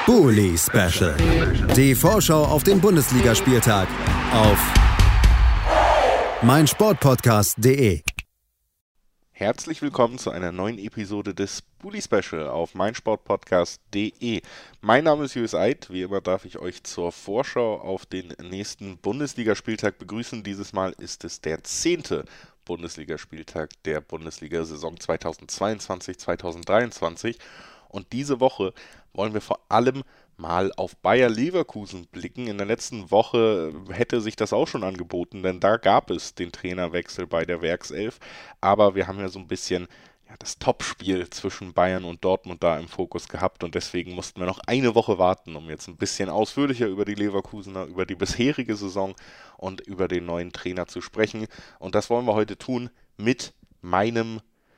Bully Special. Die Vorschau auf den Bundesligaspieltag auf meinsportpodcast.de. Herzlich willkommen zu einer neuen Episode des Bully Special auf meinsportpodcast.de. Mein Name ist Julius Eid. Wie immer darf ich euch zur Vorschau auf den nächsten Bundesligaspieltag begrüßen. Dieses Mal ist es der 10. Bundesligaspieltag der Bundesliga-Saison 2022/2023. Und diese Woche wollen wir vor allem mal auf Bayer Leverkusen blicken. In der letzten Woche hätte sich das auch schon angeboten, denn da gab es den Trainerwechsel bei der Werkself. Aber wir haben ja so ein bisschen das Topspiel zwischen Bayern und Dortmund da im Fokus gehabt und deswegen mussten wir noch eine Woche warten, um jetzt ein bisschen ausführlicher über die Leverkusener, über die bisherige Saison und über den neuen Trainer zu sprechen. Und das wollen wir heute tun mit meinem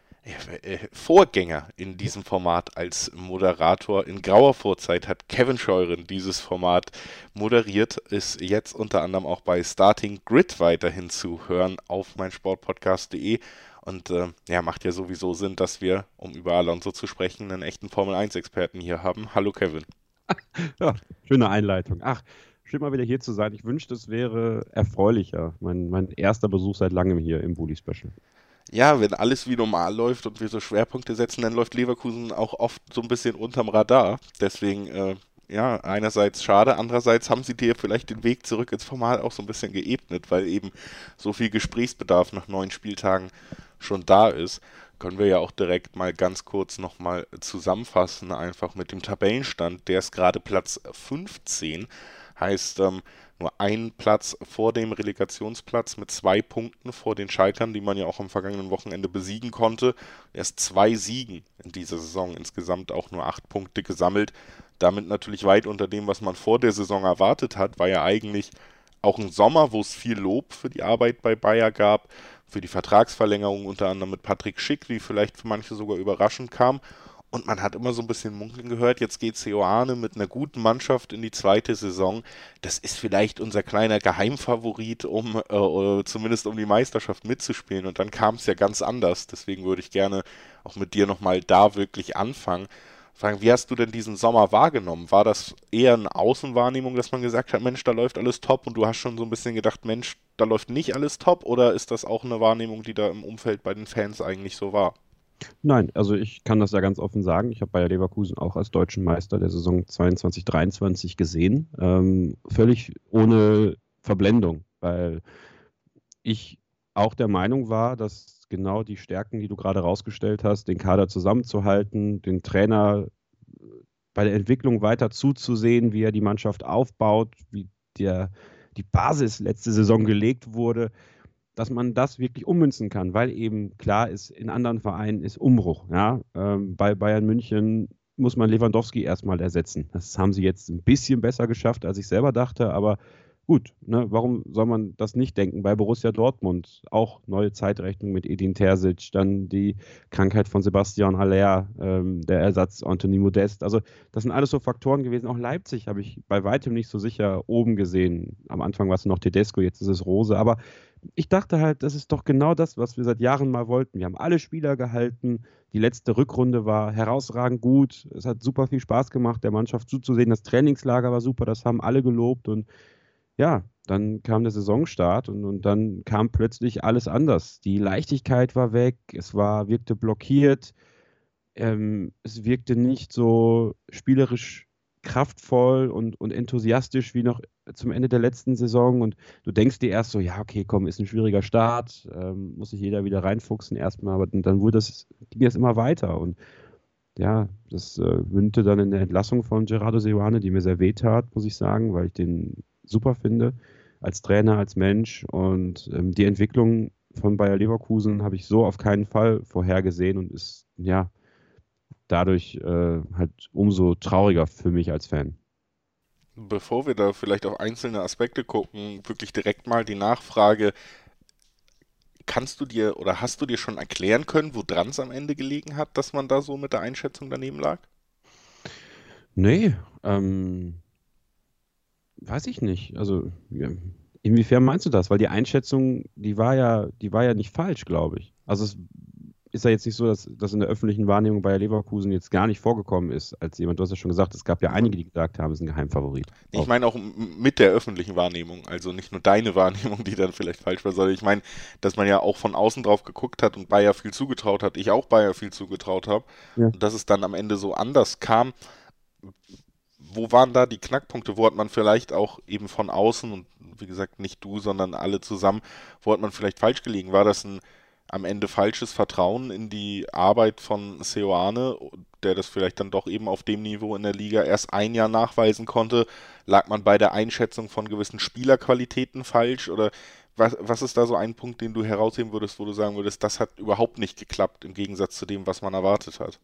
Vorgänger in diesem Format als Moderator. In grauer Vorzeit hat Kevin Scheuren dieses Format moderiert, ist jetzt unter anderem auch bei Starting Grid weiterhin zu hören auf meinsportpodcast.de und macht ja sowieso Sinn, dass wir, um über Alonso zu sprechen, einen echten Formel-1-Experten hier haben. Hallo Kevin. Ja, schöne Einleitung. Ach, schön mal wieder hier zu sein. Ich wünschte, es wäre erfreulicher. Mein erster Besuch seit langem hier im Bully Special. Ja, wenn alles wie normal läuft und wir so Schwerpunkte setzen, dann läuft Leverkusen auch oft so ein bisschen unterm Radar. Deswegen, einerseits schade, andererseits haben sie dir vielleicht den Weg zurück ins Format auch so ein bisschen geebnet, weil eben so viel Gesprächsbedarf nach 9 Spieltagen schon da ist. Können wir ja auch direkt mal ganz kurz nochmal zusammenfassen, einfach mit dem Tabellenstand. Der ist gerade Platz 15, heißt nur ein Platz vor dem Relegationsplatz mit 2 Punkten vor den Schalkern, die man ja auch am vergangenen Wochenende besiegen konnte. Erst 2 Siegen in dieser Saison, insgesamt auch nur 8 Punkte gesammelt. Damit natürlich weit unter dem, was man vor der Saison erwartet hat, war ja eigentlich auch ein Sommer, wo es viel Lob für die Arbeit bei Bayer gab, für die Vertragsverlängerung unter anderem mit Patrick Schick, die vielleicht für manche sogar überraschend kam. Und man hat immer so ein bisschen munkeln gehört, jetzt geht Seoane mit einer guten Mannschaft in die zweite Saison. Das ist vielleicht unser kleiner Geheimfavorit, oder zumindest um die Meisterschaft mitzuspielen. Und dann kam es ja ganz anders. Deswegen würde ich gerne auch mit dir nochmal da wirklich anfangen. Fragen, wie hast du denn diesen Sommer wahrgenommen? War das eher eine Außenwahrnehmung, dass man gesagt hat, Mensch, da läuft alles top und du hast schon so ein bisschen gedacht, Mensch, da läuft nicht alles top? Oder ist das auch eine Wahrnehmung, die da im Umfeld bei den Fans eigentlich so war? Nein, also ich kann das ja ganz offen sagen. Ich habe Bayer Leverkusen auch als deutschen Meister der Saison 22/23 gesehen. Völlig ohne Verblendung, weil ich auch der Meinung war, dass genau die Stärken, die du gerade rausgestellt hast, den Kader zusammenzuhalten, den Trainer bei der Entwicklung weiter zuzusehen, wie er die Mannschaft aufbaut, wie die Basis letzte Saison gelegt wurde, dass man das wirklich ummünzen kann, weil eben klar ist, in anderen Vereinen ist Umbruch. Ja? Bei Bayern München muss man Lewandowski erstmal ersetzen. Das haben sie jetzt ein bisschen besser geschafft, als ich selber dachte, aber gut, ne, warum soll man das nicht denken? Bei Borussia Dortmund auch neue Zeitrechnung mit Edin Terzic, dann die Krankheit von Sebastian Haller, der Ersatz Anthony Modest. Also das sind alles so Faktoren gewesen. Auch Leipzig habe ich bei weitem nicht so sicher oben gesehen. Am Anfang war es noch Tedesco, jetzt ist es Rose. Aber ich dachte halt, das ist doch genau das, was wir seit Jahren mal wollten. Wir haben alle Spieler gehalten. Die letzte Rückrunde war herausragend gut. Es hat super viel Spaß gemacht, der Mannschaft zuzusehen. Das Trainingslager war super, das haben alle gelobt. Und ja, dann kam der Saisonstart und dann kam plötzlich alles anders. Die Leichtigkeit war weg, wirkte blockiert, es wirkte nicht so spielerisch kraftvoll und enthusiastisch wie noch zum Ende der letzten Saison. Und du denkst dir erst so, ja, okay, komm, ist ein schwieriger Start, muss sich jeder wieder reinfuchsen erstmal, aber dann ging das immer weiter. Und ja, das mündete dann in der Entlassung von Gerardo Seoane, die mir sehr wehtat, muss ich sagen, weil ich den super finde, als Trainer, als Mensch. Und die Entwicklung von Bayer Leverkusen habe ich so auf keinen Fall vorhergesehen und ist ja dadurch halt umso trauriger für mich als Fan. Bevor wir da vielleicht auf einzelne Aspekte gucken, wirklich direkt mal die Nachfrage, kannst du dir oder hast du dir schon erklären können, woran es am Ende gelegen hat, dass man da so mit der Einschätzung daneben lag? Nee, weiß ich nicht. Also, ja, inwiefern meinst du das? Weil die Einschätzung, die war ja nicht falsch, glaube ich. Also ist ja jetzt nicht so, dass das in der öffentlichen Wahrnehmung Bayer Leverkusen jetzt gar nicht vorgekommen ist, als jemand, du hast ja schon gesagt, es gab ja einige, die gesagt haben, es ist ein Geheimfavorit. Ich meine auch mit der öffentlichen Wahrnehmung, also nicht nur deine Wahrnehmung, die dann vielleicht falsch war, sondern ich meine, dass man ja auch von außen drauf geguckt hat und Bayer viel zugetraut hat, ich auch Bayer viel zugetraut habe, Ja. und dass es dann am Ende so anders kam. Wo waren da die Knackpunkte? Wo hat man vielleicht auch eben von außen, und wie gesagt, nicht du, sondern alle zusammen, wo hat man vielleicht falsch gelegen? War das ein am Ende falsches Vertrauen in die Arbeit von Seoane, der das vielleicht dann doch eben auf dem Niveau in der Liga erst ein Jahr nachweisen konnte? Lag man bei der Einschätzung von gewissen Spielerqualitäten falsch? Oder was ist da so ein Punkt, den du herausheben würdest, wo du sagen würdest, das hat überhaupt nicht geklappt, im Gegensatz zu dem, was man erwartet hat?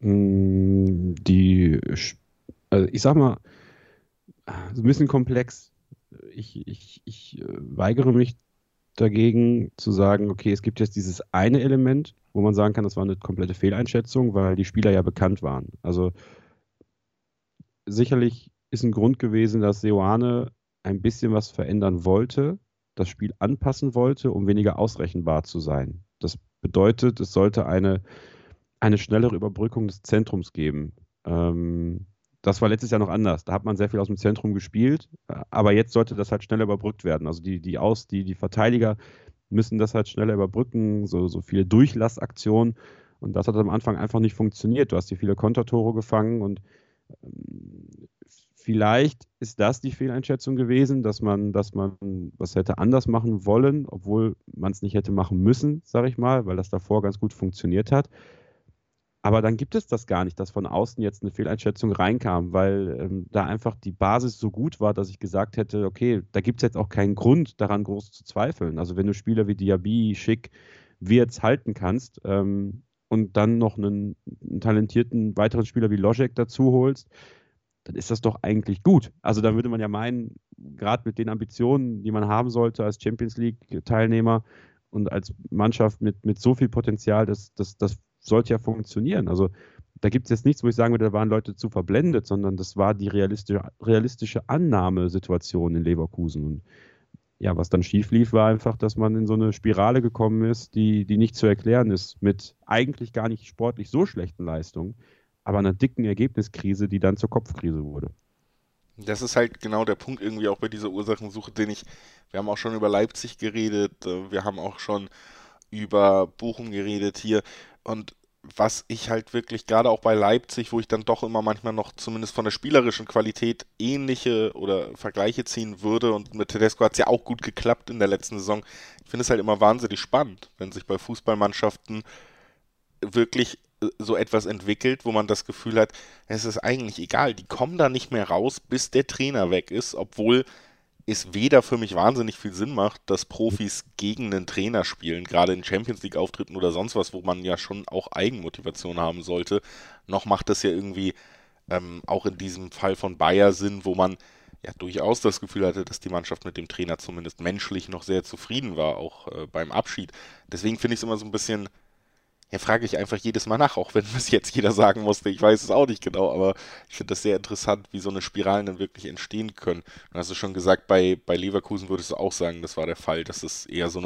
Also ich sag mal, so ein bisschen komplex. Ich weigere mich dagegen zu sagen, okay, es gibt jetzt dieses eine Element, wo man sagen kann, das war eine komplette Fehleinschätzung, weil die Spieler ja bekannt waren. Also sicherlich ist ein Grund gewesen, dass Seoane ein bisschen was verändern wollte, das Spiel anpassen wollte, um weniger ausrechenbar zu sein. Das bedeutet, es sollte eine schnellere Überbrückung des Zentrums geben. Das war letztes Jahr noch anders. Da hat man sehr viel aus dem Zentrum gespielt, aber jetzt sollte das halt schneller überbrückt werden. Also die Verteidiger müssen das halt schneller überbrücken, so viele Durchlassaktionen. Und das hat am Anfang einfach nicht funktioniert. Du hast hier viele Kontertore gefangen und vielleicht ist das die Fehleinschätzung gewesen, dass man was hätte anders machen wollen, obwohl man es nicht hätte machen müssen, sage ich mal, weil das davor ganz gut funktioniert hat. Aber dann gibt es das gar nicht, dass von außen jetzt eine Fehleinschätzung reinkam, weil da einfach die Basis so gut war, dass ich gesagt hätte, okay, da gibt es jetzt auch keinen Grund, daran groß zu zweifeln. Also wenn du Spieler wie Diaby, Schick, Wirtz halten kannst und dann noch einen talentierten weiteren Spieler wie Logic dazu holst, dann ist das doch eigentlich gut. Also dann würde man ja meinen, gerade mit den Ambitionen, die man haben sollte als Champions League-Teilnehmer und als Mannschaft mit so viel Potenzial, das sollte ja funktionieren. Also da gibt es jetzt nichts, wo ich sagen würde, da waren Leute zu verblendet, sondern das war die realistische Annahmesituation in Leverkusen. Und ja, was dann schief lief, war einfach, dass man in so eine Spirale gekommen ist, die nicht zu erklären ist, mit eigentlich gar nicht sportlich so schlechten Leistungen, aber einer dicken Ergebniskrise, die dann zur Kopfkrise wurde. Das ist halt genau der Punkt irgendwie auch bei dieser Ursachensuche, wir haben auch schon über Leipzig geredet, wir haben auch schon über Bochum geredet hier, und was ich halt wirklich, gerade auch bei Leipzig, wo ich dann doch immer manchmal noch zumindest von der spielerischen Qualität ähnliche oder Vergleiche ziehen würde, und mit Tedesco hat es ja auch gut geklappt in der letzten Saison, ich finde es halt immer wahnsinnig spannend, wenn sich bei Fußballmannschaften wirklich so etwas entwickelt, wo man das Gefühl hat, es ist eigentlich egal, die kommen da nicht mehr raus, bis der Trainer weg ist, obwohl es weder für mich wahnsinnig viel Sinn macht, dass Profis gegen einen Trainer spielen, gerade in Champions-League-Auftritten oder sonst was, wo man ja schon auch Eigenmotivation haben sollte, noch macht das ja irgendwie auch in diesem Fall von Bayer Sinn, wo man ja durchaus das Gefühl hatte, dass die Mannschaft mit dem Trainer zumindest menschlich noch sehr zufrieden war, auch beim Abschied. Deswegen finde ich es immer so ein bisschen, ja, frage ich einfach jedes Mal nach, auch wenn es jetzt jeder sagen musste, ich weiß es auch nicht genau, aber ich finde das sehr interessant, wie so eine Spiralen dann wirklich entstehen können. Du hast es schon gesagt, bei Leverkusen würdest du auch sagen, das war der Fall, dass es eher so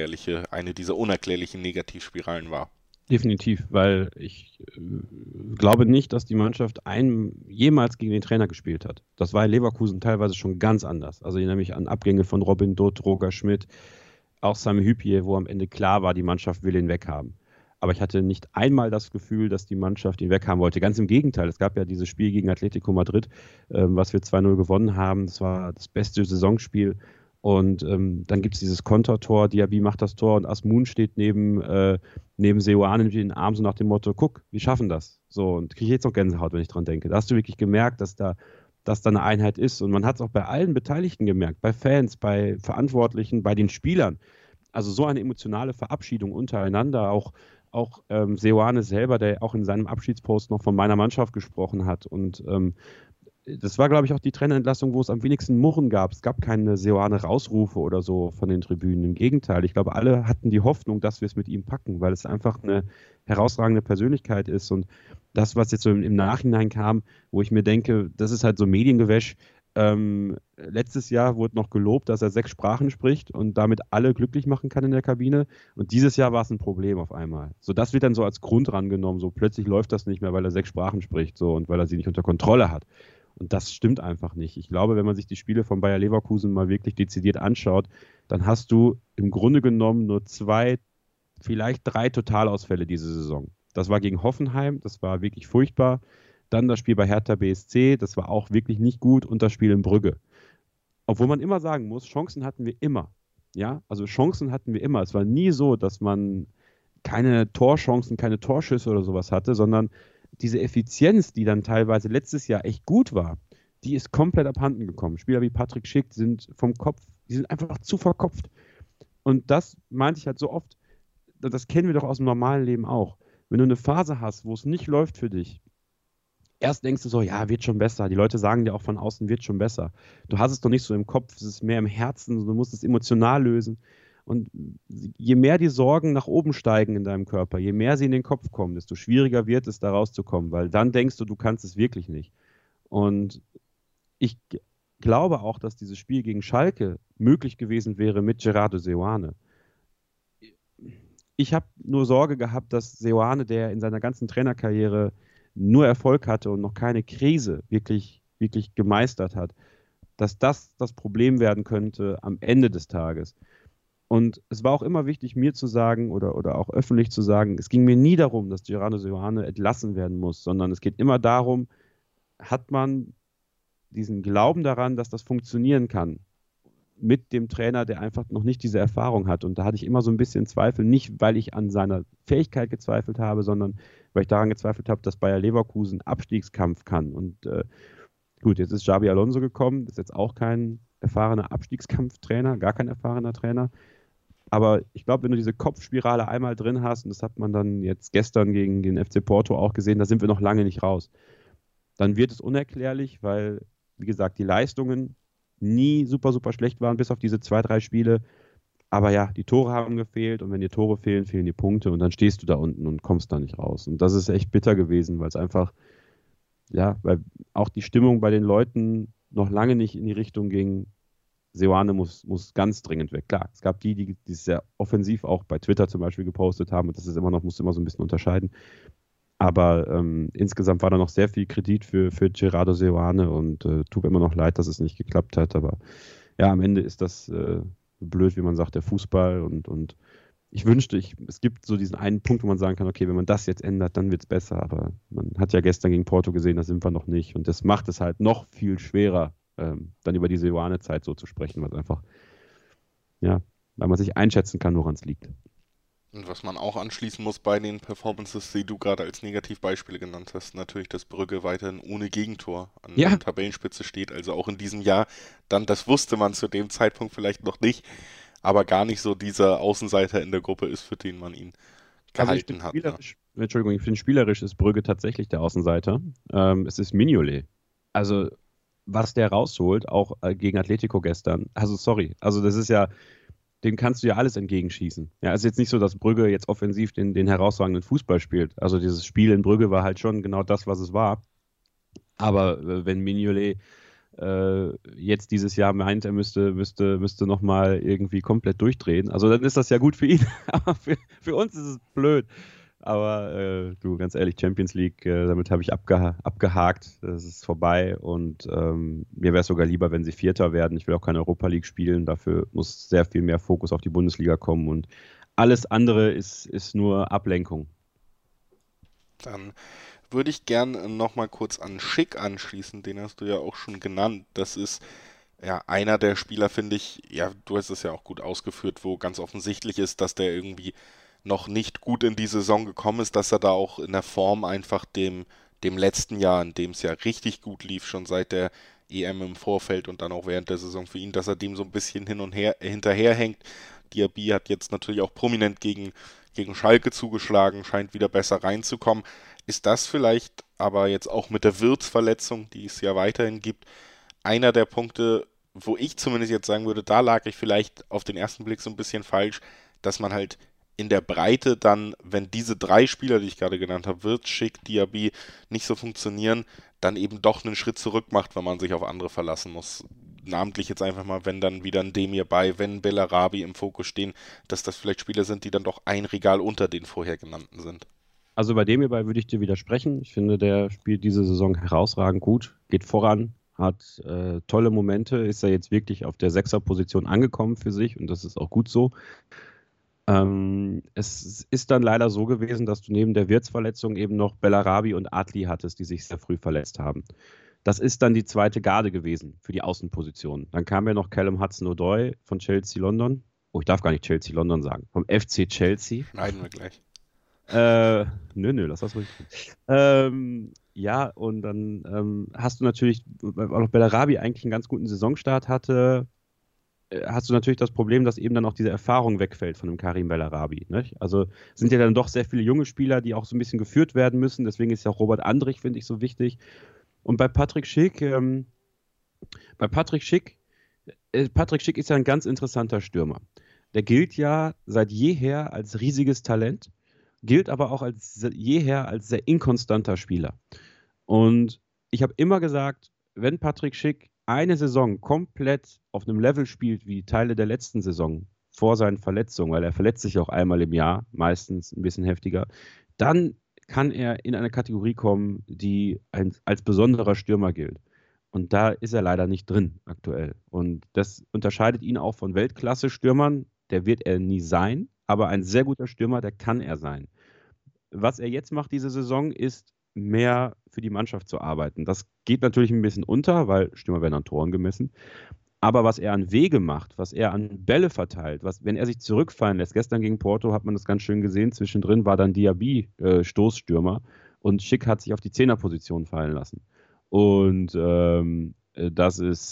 eine dieser unerklärlichen Negativspiralen war. Definitiv, weil ich glaube nicht, dass die Mannschaft jemals gegen den Trainer gespielt hat. Das war in Leverkusen teilweise schon ganz anders. Also ich erinnere mich an Abgänge von Robin Dutt, Roger Schmidt, auch Sami Hyypiä, wo am Ende klar war, die Mannschaft will ihn weghaben. Aber ich hatte nicht einmal das Gefühl, dass die Mannschaft ihn weghaben wollte. Ganz im Gegenteil. Es gab ja dieses Spiel gegen Atletico Madrid, was wir 2-0 gewonnen haben. Das war das beste Saisonspiel. Und dann gibt es dieses Kontertor. Diaby macht das Tor und Asmun steht neben Seoane mit den Armen so nach dem Motto, guck, wir schaffen das. So, und kriege ich jetzt noch Gänsehaut, wenn ich dran denke. Da hast du wirklich gemerkt, dass da eine Einheit ist. Und man hat es auch bei allen Beteiligten gemerkt. Bei Fans, bei Verantwortlichen, bei den Spielern. Also so eine emotionale Verabschiedung untereinander, auch Seoane selber, der auch in seinem Abschiedspost noch von meiner Mannschaft gesprochen hat. Und das war, glaube ich, auch die Trainerentlassung, wo es am wenigsten Murren gab. Es gab keine Seoane-Rausrufe oder so von den Tribünen. Im Gegenteil, ich glaube, alle hatten die Hoffnung, dass wir es mit ihm packen, weil es einfach eine herausragende Persönlichkeit ist. Und das, was jetzt so im Nachhinein kam, wo ich mir denke, das ist halt so Mediengewäsch, Letztes Jahr wurde noch gelobt, dass er 6 Sprachen spricht und damit alle glücklich machen kann in der Kabine. Und dieses Jahr war es ein Problem auf einmal. So, das wird dann so als Grund rangenommen. So plötzlich läuft das nicht mehr, weil er 6 Sprachen spricht, so, und weil er sie nicht unter Kontrolle hat. Und das stimmt einfach nicht. Ich glaube, wenn man sich die Spiele von Bayer Leverkusen mal wirklich dezidiert anschaut, dann hast du im Grunde genommen nur 2, vielleicht 3 Totalausfälle diese Saison. Das war gegen Hoffenheim, das war wirklich furchtbar. Dann das Spiel bei Hertha BSC, das war auch wirklich nicht gut, und das Spiel in Brügge. Obwohl man immer sagen muss, Chancen hatten wir immer. Ja, also Chancen hatten wir immer. Es war nie so, dass man keine Torchancen, keine Torschüsse oder sowas hatte, sondern diese Effizienz, die dann teilweise letztes Jahr echt gut war, die ist komplett abhanden gekommen. Spieler wie Patrick Schick sind vom Kopf, die sind einfach zu verkopft. Und das meinte ich halt so oft, das kennen wir doch aus dem normalen Leben auch. Wenn du eine Phase hast, wo es nicht läuft für dich, erst denkst du so, ja, wird schon besser. Die Leute sagen dir auch von außen, wird schon besser. Du hast es doch nicht so im Kopf, es ist mehr im Herzen, du musst es emotional lösen. Und je mehr die Sorgen nach oben steigen in deinem Körper, je mehr sie in den Kopf kommen, desto schwieriger wird es, da rauszukommen, weil dann denkst du, du kannst es wirklich nicht. Und ich glaube auch, dass dieses Spiel gegen Schalke möglich gewesen wäre mit Gerardo Seoane. Ich habe nur Sorge gehabt, dass Seoane, der in seiner ganzen Trainerkarriere nur Erfolg hatte und noch keine Krise wirklich, wirklich gemeistert hat, dass das das Problem werden könnte am Ende des Tages. Und es war auch immer wichtig, mir zu sagen oder auch öffentlich zu sagen, es ging mir nie darum, dass Gerardo Seoane entlassen werden muss, sondern es geht immer darum, hat man diesen Glauben daran, dass das funktionieren kann mit dem Trainer, der einfach noch nicht diese Erfahrung hat. Und da hatte ich immer so ein bisschen Zweifel, nicht weil ich an seiner Fähigkeit gezweifelt habe, sondern weil ich daran gezweifelt habe, dass Bayer Leverkusen Abstiegskampf kann. Und gut, jetzt ist Xabi Alonso gekommen, ist jetzt auch kein erfahrener Abstiegskampftrainer, gar kein erfahrener Trainer. Aber ich glaube, wenn du diese Kopfspirale einmal drin hast, und das hat man dann jetzt gestern gegen den FC Porto auch gesehen, da sind wir noch lange nicht raus. Dann wird es unerklärlich, weil, wie gesagt, die Leistungen nie super, super schlecht waren, bis auf diese 2, 3 Spiele. Aber ja, die Tore haben gefehlt, und wenn die Tore fehlen, fehlen die Punkte, und dann stehst du da unten und kommst da nicht raus. Und das ist echt bitter gewesen, weil es einfach, ja, weil auch die Stimmung bei den Leuten noch lange nicht in die Richtung ging, Seoane muss ganz dringend weg. Klar, es gab die es sehr offensiv auch bei Twitter zum Beispiel gepostet haben, und das ist immer noch, musst du immer so ein bisschen unterscheiden. Aber insgesamt war da noch sehr viel Kredit für Gerardo Seoane, und tut mir immer noch leid, dass es nicht geklappt hat. Aber ja, am Ende ist das blöd, wie man sagt, der Fußball. Und ich wünschte, es gibt so diesen einen Punkt, wo man sagen kann, okay, wenn man das jetzt ändert, dann wird es besser. Aber man hat ja gestern gegen Porto gesehen, da sind wir noch nicht. Und das macht es halt noch viel schwerer, dann über die Seoane-Zeit so zu sprechen, weil es einfach, ja, weil man sich einschätzen kann, woran es liegt. Und was man auch anschließen muss bei den Performances, die du gerade als Negativbeispiele genannt hast, natürlich, dass Brügge weiterhin ohne Gegentor an der Tabellenspitze steht, also auch in diesem Jahr. Dann, das wusste man zu dem Zeitpunkt vielleicht noch nicht, aber gar nicht so dieser Außenseiter in der Gruppe ist, für den man ihn gehalten hat. Entschuldigung, ich finde, spielerisch ist Brügge tatsächlich der Außenseiter. Es ist Mignolet. Also, was der rausholt, auch gegen Atletico gestern, also sorry, also das ist ja, dem kannst du ja alles entgegenschießen. Ja, es ist jetzt nicht so, dass Brügge jetzt offensiv den herausragenden Fußball spielt. Also dieses Spiel in Brügge war halt schon genau das, was es war. Aber wenn Mignolet jetzt dieses Jahr meint, er müsste nochmal irgendwie komplett durchdrehen, also dann ist das ja gut für ihn. Aber für uns ist es blöd. Aber du, ganz ehrlich, Champions League, damit habe ich abgehakt. Das ist vorbei, und mir wäre es sogar lieber, wenn sie Vierter werden. Ich will auch keine Europa League spielen. Dafür muss sehr viel mehr Fokus auf die Bundesliga kommen, und alles andere ist nur Ablenkung. Dann würde ich gern nochmal kurz an Schick anschließen. Den hast du ja auch schon genannt. Das ist ja einer der Spieler, finde ich, ja, du hast es ja auch gut ausgeführt, wo ganz offensichtlich ist, dass der irgendwie noch nicht gut in die Saison gekommen ist, dass er da auch in der Form einfach dem letzten Jahr, in dem es ja richtig gut lief, schon seit der EM im Vorfeld und dann auch während der Saison für ihn, dass er dem so ein bisschen hinterherhängt. Diaby hat jetzt natürlich auch prominent gegen Schalke zugeschlagen, scheint wieder besser reinzukommen. Ist das vielleicht aber jetzt auch mit der Wirtz-Verletzung, die es ja weiterhin gibt, einer der Punkte, wo ich zumindest jetzt sagen würde, da lag ich vielleicht auf den ersten Blick so ein bisschen falsch, dass man halt in der Breite dann, wenn diese 3 Spieler, die ich gerade genannt habe, Wirtz, Schick, Diaby, nicht so funktionieren, dann eben doch einen Schritt zurück macht, wenn man sich auf andere verlassen muss. Namentlich jetzt einfach mal, wenn dann wieder ein Demir bei, wenn Bellarabi im Fokus stehen, dass das vielleicht Spieler sind, die dann doch ein Regal unter den vorher genannten sind. Also bei dem hierbei würde ich dir widersprechen. Ich finde, der spielt diese Saison herausragend gut, geht voran, hat tolle Momente, ist er jetzt wirklich auf der Sechserposition angekommen für sich und das ist auch gut so. Es ist dann leider so gewesen, dass du neben der Wirtz-Verletzung eben noch Bellarabi und Adli hattest, die sich sehr früh verletzt haben. Das ist dann die zweite Garde gewesen für die Außenposition. Dann kam ja noch Callum Hudson-Odoi von Chelsea London. Oh, ich darf gar nicht Chelsea London sagen. Vom FC Chelsea. Schneiden wir gleich. Nö, lass das ruhig. Ja, und dann hast du natürlich, weil auch Bellarabi eigentlich einen ganz guten Saisonstart hatte, hast du natürlich das Problem, dass eben dann auch diese Erfahrung wegfällt von dem Karim Bellarabi. Nicht? Also sind ja dann doch sehr viele junge Spieler, die auch so ein bisschen geführt werden müssen. Deswegen ist ja auch Robert Andrich, finde ich, so wichtig. Und bei Patrick Schick ist ja ein ganz interessanter Stürmer. Der gilt ja seit jeher als riesiges Talent, gilt aber auch als jeher als sehr inkonstanter Spieler. Und ich habe immer gesagt, wenn Patrick Schick eine Saison komplett auf einem Level spielt wie Teile der letzten Saison vor seinen Verletzungen, weil er verletzt sich auch einmal im Jahr, meistens ein bisschen heftiger, dann kann er in eine Kategorie kommen, die als besonderer Stürmer gilt. Und da ist er leider nicht drin aktuell. Und das unterscheidet ihn auch von Weltklasse-Stürmern. Der wird er nie sein, aber ein sehr guter Stürmer, der kann er sein. Was er jetzt macht diese Saison, ist mehr für die Mannschaft zu arbeiten. Das geht natürlich ein bisschen unter, weil Stürmer werden an Toren gemessen. Aber was er an Wege macht, was er an Bälle verteilt, wenn er sich zurückfallen lässt, gestern gegen Porto hat man das ganz schön gesehen, zwischendrin war dann Diaby Stoßstürmer und Schick hat sich auf die Zehnerposition fallen lassen. Und dass es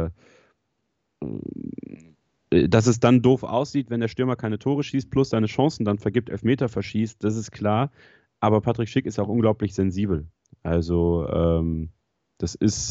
dann doof aussieht, wenn der Stürmer keine Tore schießt, plus seine Chancen dann vergibt, Elfmeter verschießt, das ist klar. Aber Patrick Schick ist auch unglaublich sensibel. Also das ist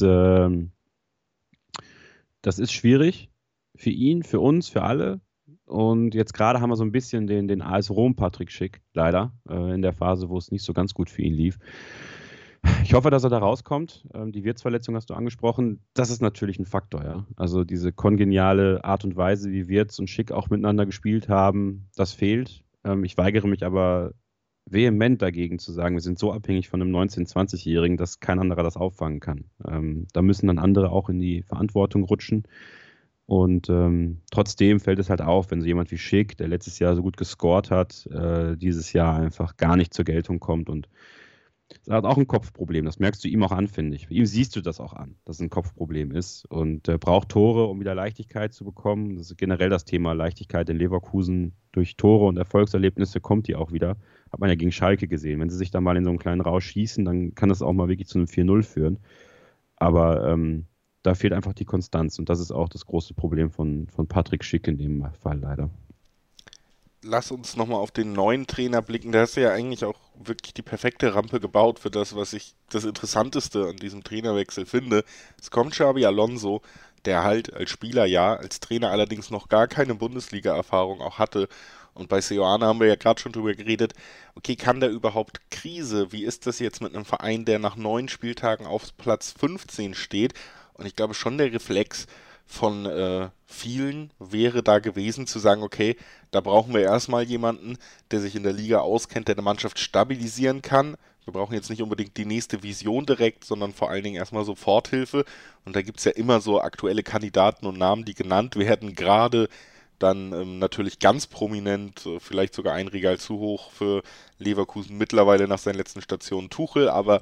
schwierig für ihn, für uns, für alle. Und jetzt gerade haben wir so ein bisschen den AS Rom Patrick Schick, leider, in der Phase, wo es nicht so ganz gut für ihn lief. Ich hoffe, dass er da rauskommt. Die Wirtz-Verletzung hast du angesprochen. Das ist natürlich ein Faktor, ja. Also diese kongeniale Art und Weise, wie Wirtz und Schick auch miteinander gespielt haben, das fehlt. Ich weigere mich aber vehement dagegen zu sagen, wir sind so abhängig von einem 19-, 20-Jährigen, dass kein anderer das auffangen kann. Da müssen dann andere auch in die Verantwortung rutschen. Und trotzdem fällt es halt auf, wenn so jemand wie Schick, der letztes Jahr so gut gescored hat, dieses Jahr einfach gar nicht zur Geltung kommt. Und das hat auch ein Kopfproblem. Das merkst du ihm auch an, finde ich. Bei ihm siehst du das auch an, dass es ein Kopfproblem ist. Und er braucht Tore, um wieder Leichtigkeit zu bekommen. Das ist generell das Thema Leichtigkeit in Leverkusen. Durch Tore und Erfolgserlebnisse kommt die auch wieder. Hat man ja gegen Schalke gesehen. Wenn sie sich da mal in so einen kleinen Rausch schießen, dann kann das auch mal wirklich zu einem 4-0 führen. Aber da fehlt einfach die Konstanz. Und das ist auch das große Problem von Patrick Schick in dem Fall leider. Lass uns nochmal auf den neuen Trainer blicken. Der hast ja eigentlich auch wirklich die perfekte Rampe gebaut für das, was ich das Interessanteste an diesem Trainerwechsel finde. Es kommt Xabi Alonso, der halt als Spieler ja, als Trainer allerdings noch gar keine Bundesliga-Erfahrung auch hatte. Und bei Seoane haben wir ja gerade schon drüber geredet, okay, kann der überhaupt Krise? Wie ist das jetzt mit einem Verein, der nach 9 Spieltagen auf Platz 15 steht? Und ich glaube schon der Reflex von vielen wäre da gewesen zu sagen, okay, da brauchen wir erstmal jemanden, der sich in der Liga auskennt, der eine Mannschaft stabilisieren kann. Wir brauchen jetzt nicht unbedingt die nächste Vision direkt, sondern vor allen Dingen erstmal Soforthilfe. Und da gibt es ja immer so aktuelle Kandidaten und Namen, die genannt werden, gerade dann natürlich ganz prominent, vielleicht sogar ein Regal zu hoch für Leverkusen, mittlerweile nach seinen letzten Stationen Tuchel, aber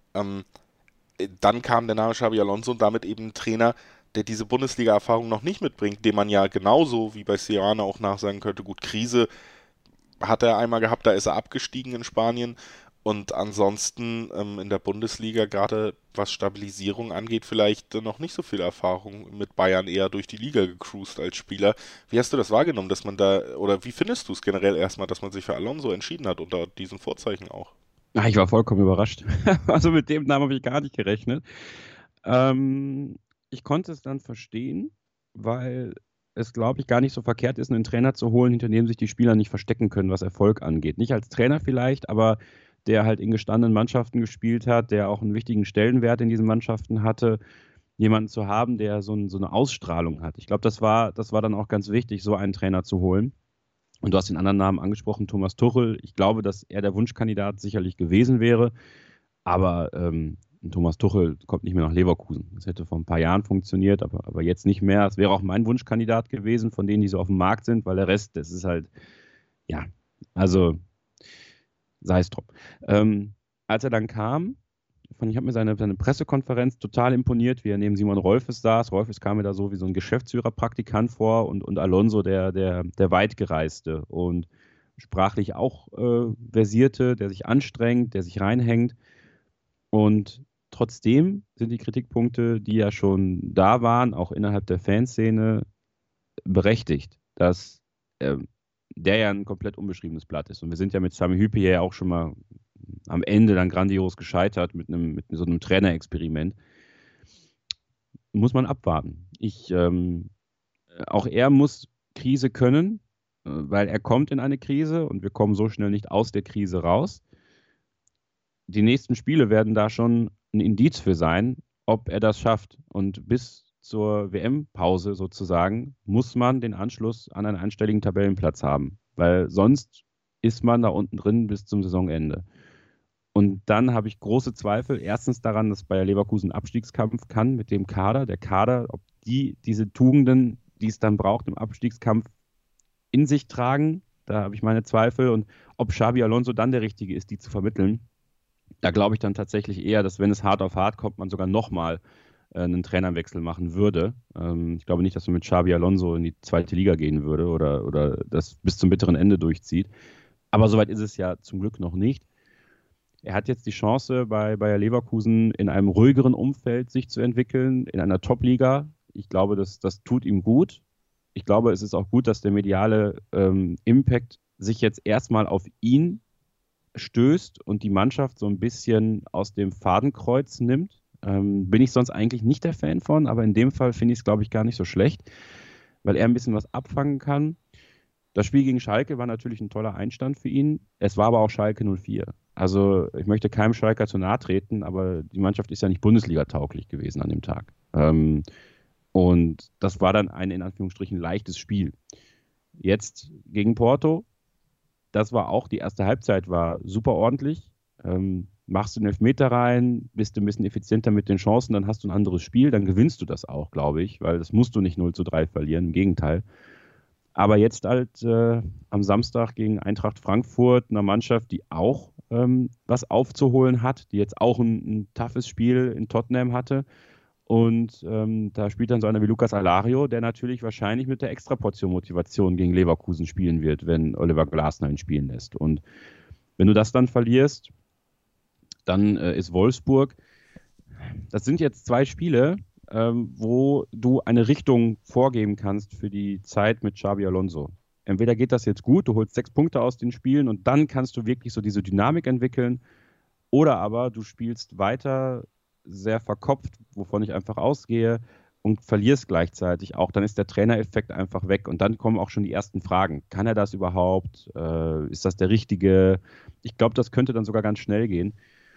dann kam der Name Xabi Alonso und damit eben ein Trainer, der diese Bundesliga-Erfahrung noch nicht mitbringt, dem man ja genauso wie bei Seoane auch nachsagen könnte, gut, Krise hat er einmal gehabt, da ist er abgestiegen in Spanien und ansonsten in der Bundesliga, gerade was Stabilisierung angeht, vielleicht noch nicht so viel Erfahrung, mit Bayern eher durch die Liga gecruised als Spieler. Wie hast du das wahrgenommen, dass man da, oder wie findest du es generell erstmal, dass man sich für Alonso entschieden hat unter diesen Vorzeichen auch? Ja, ich war vollkommen überrascht. Also mit dem Namen habe ich gar nicht gerechnet. Ich konnte es dann verstehen, weil es, glaube ich, gar nicht so verkehrt ist, einen Trainer zu holen, hinter dem sich die Spieler nicht verstecken können, was Erfolg angeht. Nicht als Trainer vielleicht, aber der halt in gestandenen Mannschaften gespielt hat, der auch einen wichtigen Stellenwert in diesen Mannschaften hatte, jemanden zu haben, der so eine Ausstrahlung hat. Ich glaube, das war dann auch ganz wichtig, so einen Trainer zu holen. Und du hast den anderen Namen angesprochen, Thomas Tuchel. Ich glaube, dass er der Wunschkandidat sicherlich gewesen wäre. Aber Thomas Tuchel kommt nicht mehr nach Leverkusen. Das hätte vor ein paar Jahren funktioniert, aber jetzt nicht mehr. Es wäre auch mein Wunschkandidat gewesen, von denen, die so auf dem Markt sind, weil der Rest, das ist halt, ja, also sei es drum. Als er dann kam, ich habe mir seine Pressekonferenz total imponiert, wie er neben Simon Rolfes saß. Rolfes kam mir da so wie so ein Geschäftsführerpraktikant vor und Alonso der Weitgereiste und sprachlich auch versierte, der sich anstrengt, der sich reinhängt. Und trotzdem sind die Kritikpunkte, die ja schon da waren, auch innerhalb der Fanszene, berechtigt, dass der ja ein komplett unbeschriebenes Blatt ist. Und wir sind ja mit Sami Hyypiä ja auch schon mal am Ende dann grandios gescheitert mit so einem Trainerexperiment. Muss man abwarten. Auch er muss Krise können, weil er kommt in eine Krise und wir kommen so schnell nicht aus der Krise raus. Die nächsten Spiele werden da schon ein Indiz für sein, ob er das schafft. Und bis zur WM-Pause sozusagen muss man den Anschluss an einen einstelligen Tabellenplatz haben, weil sonst ist man da unten drin bis zum Saisonende. Und dann habe ich große Zweifel, erstens daran, dass Bayer Leverkusen Abstiegskampf kann mit dem Kader. Der Kader, ob diese Tugenden, die es dann braucht im Abstiegskampf, in sich tragen, da habe ich meine Zweifel. Und ob Xabi Alonso dann der Richtige ist, die zu vermitteln, da glaube ich dann tatsächlich eher, dass wenn es hart auf hart kommt, man sogar nochmal einen Trainerwechsel machen würde. Ich glaube nicht, dass man mit Xabi Alonso in die zweite Liga gehen würde oder das bis zum bitteren Ende durchzieht. Aber soweit ist es ja zum Glück noch nicht. Er hat jetzt die Chance, bei Bayer Leverkusen in einem ruhigeren Umfeld sich zu entwickeln, in einer Top-Liga. Ich glaube, das tut ihm gut. Ich glaube, es ist auch gut, dass der mediale Impact sich jetzt erstmal auf ihn stößt und die Mannschaft so ein bisschen aus dem Fadenkreuz nimmt. Bin ich sonst eigentlich nicht der Fan von, aber in dem Fall finde ich es, glaube ich, gar nicht so schlecht, weil er ein bisschen was abfangen kann. Das Spiel gegen Schalke war natürlich ein toller Einstand für ihn. Es war aber auch Schalke 04. Also ich möchte keinem Schalker zu nahe treten, aber die Mannschaft ist ja nicht Bundesliga-tauglich gewesen an dem Tag. Und das war dann ein in Anführungsstrichen leichtes Spiel. Jetzt gegen Porto, das war auch, die erste Halbzeit war super ordentlich. Machst du den Elfmeter rein, bist du ein bisschen effizienter mit den Chancen, dann hast du ein anderes Spiel, dann gewinnst du das auch, glaube ich, weil das musst du nicht 0:3 verlieren, im Gegenteil. Aber jetzt halt am Samstag gegen Eintracht Frankfurt, einer Mannschaft, die auch was aufzuholen hat, die jetzt auch ein toughes Spiel in Tottenham hatte. Und da spielt dann so einer wie Lucas Alario, der natürlich wahrscheinlich mit der Extraportion Motivation gegen Leverkusen spielen wird, wenn Oliver Glasner ihn spielen lässt. Und wenn du das dann verlierst, dann ist Wolfsburg, das sind jetzt 2 Spiele, wo du eine Richtung vorgeben kannst für die Zeit mit Xabi Alonso. Entweder geht das jetzt gut, du holst 6 Punkte aus den Spielen und dann kannst du wirklich so diese Dynamik entwickeln, oder aber du spielst weiter sehr verkopft, wovon ich einfach ausgehe, und verlierst gleichzeitig auch, dann ist der Trainereffekt einfach weg und dann kommen auch schon die ersten Fragen. Kann er das überhaupt? Ist das der Richtige? Ich glaube, das könnte dann sogar ganz schnell gehen.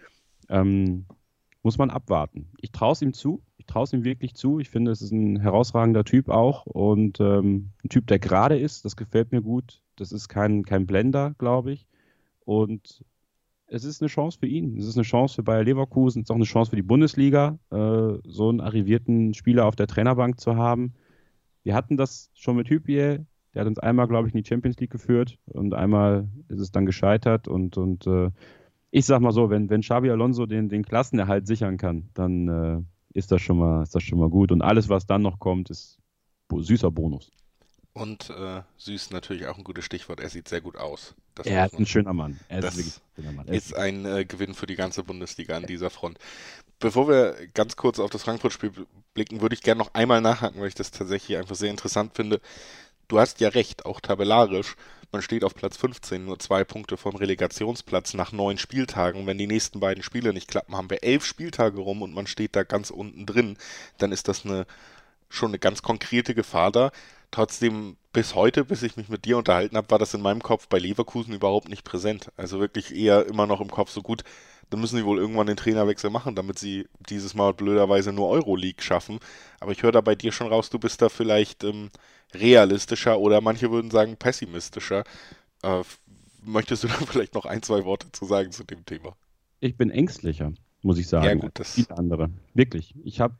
Muss man abwarten. Ich traue es ihm zu. Ich traue es ihm wirklich zu. Ich finde, es ist ein herausragender Typ auch und ein Typ, der gerade ist. Das gefällt mir gut. Das ist kein Blender, glaube ich. Und es ist eine Chance für ihn. Es ist eine Chance für Bayer Leverkusen. Es ist auch eine Chance für die Bundesliga, so einen arrivierten Spieler auf der Trainerbank zu haben. Wir hatten das schon mit Hyypiä. Der hat uns einmal, glaube ich, in die Champions League geführt und einmal ist es dann gescheitert. Und ich sag mal so, wenn Xabi Alonso den Klassenerhalt sichern kann, dann ist das schon mal gut. Und alles, was dann noch kommt, ist süßer Bonus. Und süß natürlich auch ein gutes Stichwort. Er sieht sehr gut aus. Er ist ein schöner Mann. Das ist ein Gewinn für die ganze Bundesliga an dieser Front. Bevor wir ganz kurz auf das Frankfurt-Spiel blicken, würde ich gerne noch einmal nachhaken, weil ich das tatsächlich einfach sehr interessant finde. Du hast ja recht, auch tabellarisch. Man steht auf Platz 15, nur 2 Punkte vom Relegationsplatz nach 9 Spieltagen. Wenn die nächsten beiden Spiele nicht klappen, haben wir 11 Spieltage rum und man steht da ganz unten drin. Dann ist das eine schon eine ganz konkrete Gefahr da. Trotzdem bis heute, bis ich mich mit dir unterhalten habe, war das in meinem Kopf bei Leverkusen überhaupt nicht präsent. Also wirklich eher immer noch im Kopf so gut. Dann müssen sie wohl irgendwann den Trainerwechsel machen, damit sie dieses Mal blöderweise nur Euroleague schaffen. Aber ich höre da bei dir schon raus, du bist da vielleicht realistischer oder manche würden sagen pessimistischer. Möchtest du da vielleicht noch ein, zwei Worte zu sagen zu dem Thema? Ich bin ängstlicher, muss ich sagen, Ja, gut, als viele andere. Wirklich. Ich habe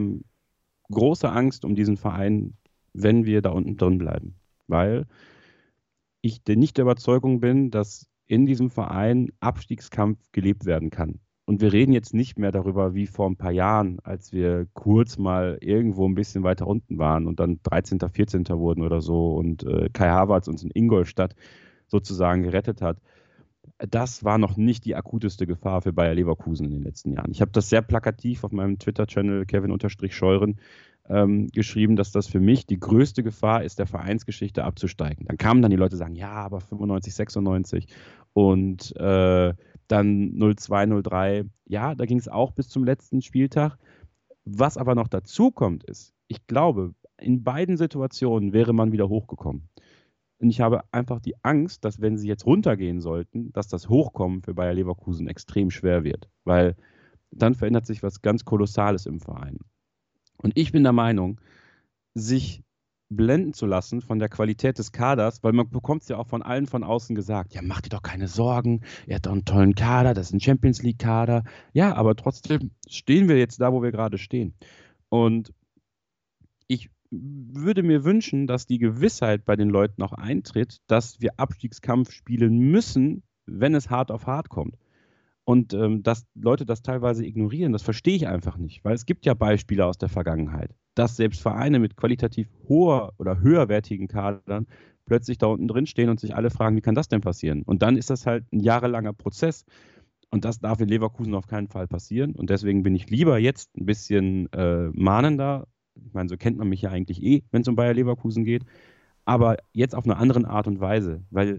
große Angst um diesen Verein, wenn wir da unten drin bleiben. Weil ich nicht der Überzeugung bin, dass in diesem Verein Abstiegskampf gelebt werden kann. Und wir reden jetzt nicht mehr darüber, wie vor ein paar Jahren, als wir kurz mal irgendwo ein bisschen weiter unten waren und dann 13., 14. wurden oder so und Kai Havertz uns in Ingolstadt sozusagen gerettet hat. Das war noch nicht die akuteste Gefahr für Bayer Leverkusen in den letzten Jahren. Ich habe das sehr plakativ auf meinem Twitter-Channel Kevin_Scheuren geschrieben, dass das für mich die größte Gefahr ist, der Vereinsgeschichte abzusteigen. Dann kamen dann die Leute, die sagen, ja, aber 95, 96 und dann 02, 03. Ja, da ging es auch bis zum letzten Spieltag. Was aber noch dazu kommt, ist, ich glaube, in beiden Situationen wäre man wieder hochgekommen. Und ich habe einfach die Angst, dass wenn sie jetzt runtergehen sollten, dass das Hochkommen für Bayer Leverkusen extrem schwer wird. Weil dann verändert sich was ganz Kolossales im Verein. Und ich bin der Meinung, sich blenden zu lassen von der Qualität des Kaders, weil man bekommt es ja auch von allen von außen gesagt, ja, mach dir doch keine Sorgen, er hat doch einen tollen Kader, das ist ein Champions-League-Kader. Ja, aber trotzdem stehen wir jetzt da, wo wir gerade stehen. Und ich würde mir wünschen, dass die Gewissheit bei den Leuten auch eintritt, dass wir Abstiegskampf spielen müssen, wenn es hart auf hart kommt. Und dass Leute das teilweise ignorieren, das verstehe ich einfach nicht. Weil es gibt ja Beispiele aus der Vergangenheit, dass selbst Vereine mit qualitativ hoher oder höherwertigen Kadern plötzlich da unten drin stehen und sich alle fragen, wie kann das denn passieren? Und dann ist das halt ein jahrelanger Prozess. Und das darf in Leverkusen auf keinen Fall passieren. Und deswegen bin ich lieber jetzt ein bisschen mahnender. Ich meine, so kennt man mich ja eigentlich wenn es um Bayer Leverkusen geht. Aber jetzt auf eine andere Art und Weise, weil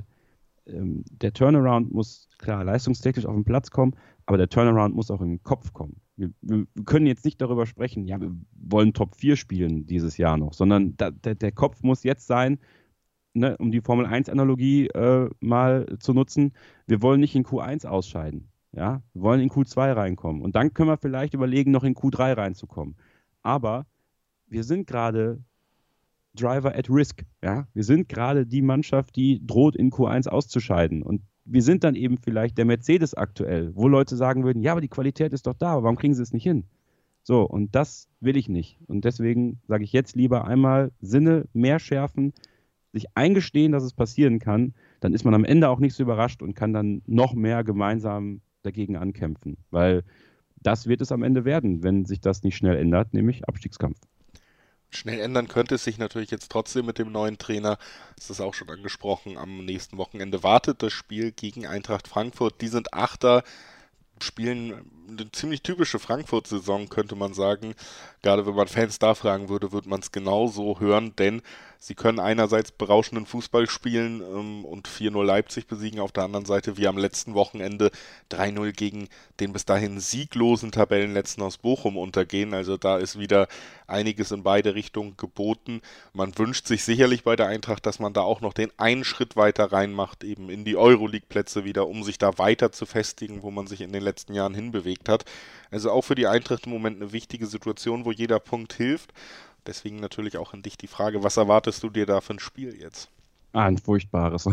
der Turnaround muss, klar, leistungstechnisch auf den Platz kommen, aber der Turnaround muss auch in den Kopf kommen. Wir können jetzt nicht darüber sprechen, ja, wir wollen Top 4 spielen dieses Jahr noch, sondern der Kopf muss jetzt sein, ne, um die Formel-1-Analogie mal zu nutzen, wir wollen nicht in Q1 ausscheiden. Ja? Wir wollen in Q2 reinkommen. Und dann können wir vielleicht überlegen, noch in Q3 reinzukommen. Aber wir sind gerade Driver at Risk. Ja? Wir sind gerade die Mannschaft, die droht, in Q1 auszuscheiden. Und wir sind dann eben vielleicht der Mercedes aktuell, wo Leute sagen würden, ja, aber die Qualität ist doch da, aber warum kriegen sie es nicht hin? So, und das will ich nicht. Und deswegen sage ich jetzt lieber einmal Sinne mehr schärfen, sich eingestehen, dass es passieren kann. Dann ist man am Ende auch nicht so überrascht und kann dann noch mehr gemeinsam dagegen ankämpfen. Weil das wird es am Ende werden, wenn sich das nicht schnell ändert, nämlich Abstiegskampf. Schnell ändern könnte es sich natürlich jetzt trotzdem mit dem neuen Trainer. Das ist auch schon angesprochen. Am nächsten Wochenende wartet das Spiel gegen Eintracht Frankfurt. Die sind Achter, spielen eine ziemlich typische Frankfurt-Saison, könnte man sagen. Gerade wenn man Fans da fragen würde, würde man es genauso hören, denn sie können einerseits berauschenden Fußball spielen und 4-0 Leipzig besiegen, auf der anderen Seite wie am letzten Wochenende 3-0 gegen den bis dahin sieglosen Tabellenletzten aus Bochum untergehen. Also da ist wieder einiges in beide Richtungen geboten. Man wünscht sich sicherlich bei der Eintracht, dass man da auch noch den einen Schritt weiter reinmacht, eben in die Euroleague-Plätze wieder, um sich da weiter zu festigen, wo man sich in den letzten Jahren hinbewegt hat. Also auch für die Eintracht im Moment eine wichtige Situation, wo jeder Punkt hilft. Deswegen natürlich auch an dich die Frage, was erwartest du dir da für ein Spiel jetzt? Ein furchtbares.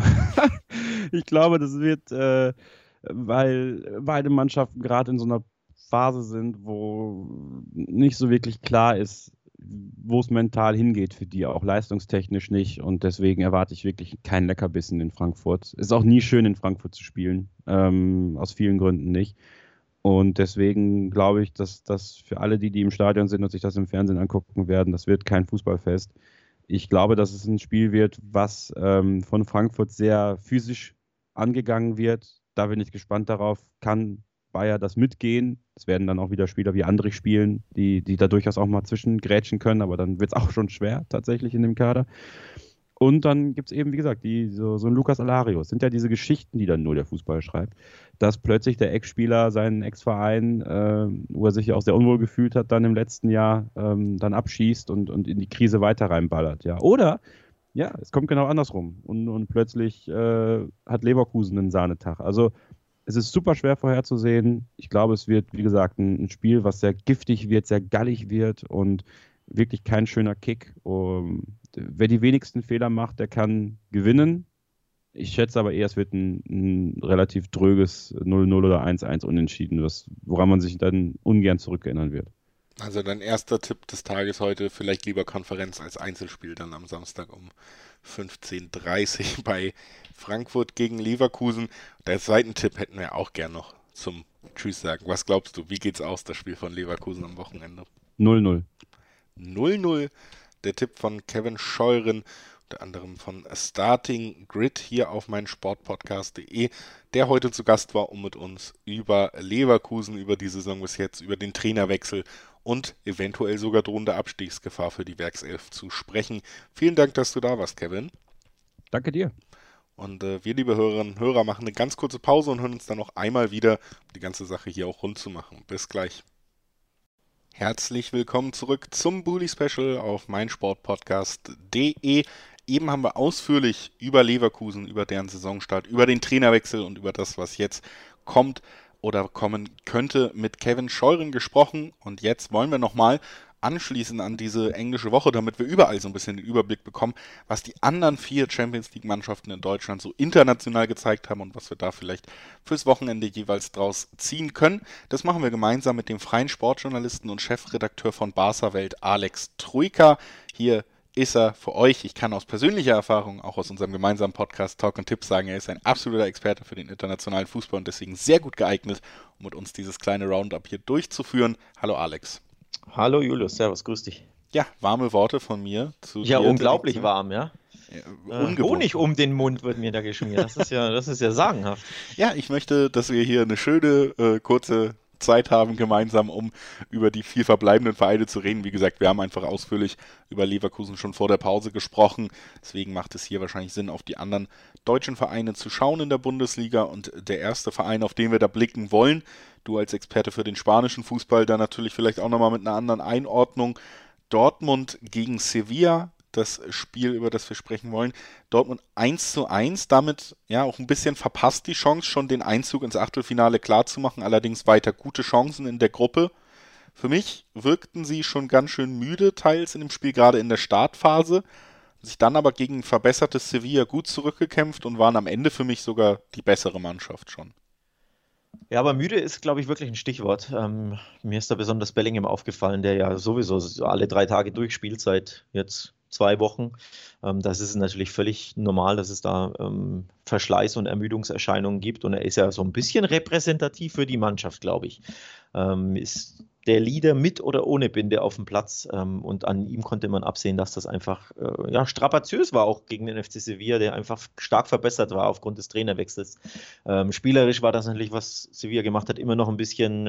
Ich glaube, das wird, weil beide Mannschaften gerade in so einer Phase sind, wo nicht so wirklich klar ist, wo es mental hingeht für die, auch leistungstechnisch nicht. Und deswegen erwarte ich wirklich keinen Leckerbissen in Frankfurt. Ist auch nie schön, in Frankfurt zu spielen, aus vielen Gründen nicht. Und deswegen glaube ich, dass das für alle, die im Stadion sind und sich das im Fernsehen angucken werden, das wird kein Fußballfest. Ich glaube, dass es ein Spiel wird, was von Frankfurt sehr physisch angegangen wird. Da bin ich gespannt darauf, kann Bayer das mitgehen. Es werden dann auch wieder Spieler wie Andrich spielen, die da durchaus auch mal zwischengrätschen können, aber dann wird es auch schon schwer tatsächlich in dem Kader. Und dann gibt es eben, wie gesagt, so ein Lucas Alario. Es sind ja diese Geschichten, die dann nur der Fußball schreibt, dass plötzlich der Ex-Spieler seinen Ex-Verein, wo er sich ja auch sehr unwohl gefühlt hat, dann im letzten Jahr dann abschießt und in die Krise weiter reinballert. Ja. Oder, ja, es kommt genau andersrum. Und plötzlich hat Leverkusen einen Sahnetag. Also es ist super schwer vorherzusehen. Ich glaube, es wird, wie gesagt, ein Spiel, was sehr giftig wird, sehr gallig wird und wirklich kein schöner Kick. Wer die wenigsten Fehler macht, der kann gewinnen. Ich schätze aber eher, es wird ein relativ dröges 0-0 oder 1-1 unentschieden, woran man sich dann ungern zurückerinnern wird. Also dein erster Tipp des Tages heute, vielleicht lieber Konferenz als Einzelspiel dann am Samstag um 15:30 Uhr bei Frankfurt gegen Leverkusen. Der zweiten Tipp hätten wir auch gern noch zum Tschüss sagen. Was glaubst du, wie geht's aus, das Spiel von Leverkusen am Wochenende? 0-0. 0-0, der Tipp von Kevin Scheuren, unter anderem von Starting Grid hier auf meinsportpodcast.de, der heute zu Gast war, um mit uns über Leverkusen, über die Saison bis jetzt, über den Trainerwechsel und eventuell sogar drohende Abstiegsgefahr für die Werkself zu sprechen. Vielen Dank, dass du da warst, Kevin. Danke dir. Und wir, liebe Hörerinnen und Hörer, machen eine ganz kurze Pause und hören uns dann noch einmal wieder, um die ganze Sache hier auch rund zu machen. Bis gleich. Herzlich willkommen zurück zum Bully Special auf meinsportpodcast.de. Eben haben wir ausführlich über Leverkusen, über deren Saisonstart, über den Trainerwechsel und über das, was jetzt kommt oder kommen könnte, mit Kevin Scheuren gesprochen. Und jetzt wollen wir nochmal anschließen an diese englische Woche, damit wir überall so ein bisschen den Überblick bekommen, was die anderen 4 Champions-League-Mannschaften in Deutschland so international gezeigt haben und was wir da vielleicht fürs Wochenende jeweils draus ziehen können. Das machen wir gemeinsam mit dem freien Sportjournalisten und Chefredakteur von Barca Welt, Alex Troika. Hier ist er für euch. Ich kann aus persönlicher Erfahrung, auch aus unserem gemeinsamen Podcast Talk und Tipps sagen, er ist ein absoluter Experte für den internationalen Fußball und deswegen sehr gut geeignet, um mit uns dieses kleine Roundup hier durchzuführen. Hallo Alex. Hallo Julius, servus, grüß dich. Ja, warme Worte von mir zu Ja, dir. Unglaublich warm, ja. Ungewohnt. Honig um den Mund wird mir da geschmiert. Das ist ja sagenhaft. Ja, ich möchte, dass wir hier eine schöne, kurze Zeit haben gemeinsam, um über die 4 verbleibenden Vereine zu reden. Wie gesagt, wir haben einfach ausführlich über Leverkusen schon vor der Pause gesprochen. Deswegen macht es hier wahrscheinlich Sinn, auf die anderen deutschen Vereine zu schauen in der Bundesliga. Und der erste Verein, auf den wir da blicken wollen, du als Experte für den spanischen Fußball, da natürlich vielleicht auch nochmal mit einer anderen Einordnung. Dortmund gegen Sevilla, das Spiel, über das wir sprechen wollen. Dortmund 1:1, damit ja auch ein bisschen verpasst die Chance, schon den Einzug ins Achtelfinale klarzumachen, allerdings weiter gute Chancen in der Gruppe. Für mich wirkten sie schon ganz schön müde, teils in dem Spiel, gerade in der Startphase, sich dann aber gegen ein verbessertes Sevilla gut zurückgekämpft und waren am Ende für mich sogar die bessere Mannschaft schon. Ja, aber müde ist, glaube ich, wirklich ein Stichwort. Mir ist da besonders Bellingham aufgefallen, der ja sowieso alle 3 Tage durchspielt seit jetzt 2 Wochen. Das ist natürlich völlig normal, dass es da Verschleiß- und Ermüdungserscheinungen gibt. Und er ist ja so ein bisschen repräsentativ für die Mannschaft, glaube ich. Ist der Leader mit oder ohne Binde auf dem Platz. Und an ihm konnte man absehen, dass das einfach strapaziös war, auch gegen den FC Sevilla, der einfach stark verbessert war aufgrund des Trainerwechsels. Spielerisch war das natürlich, was Sevilla gemacht hat, immer noch ein bisschen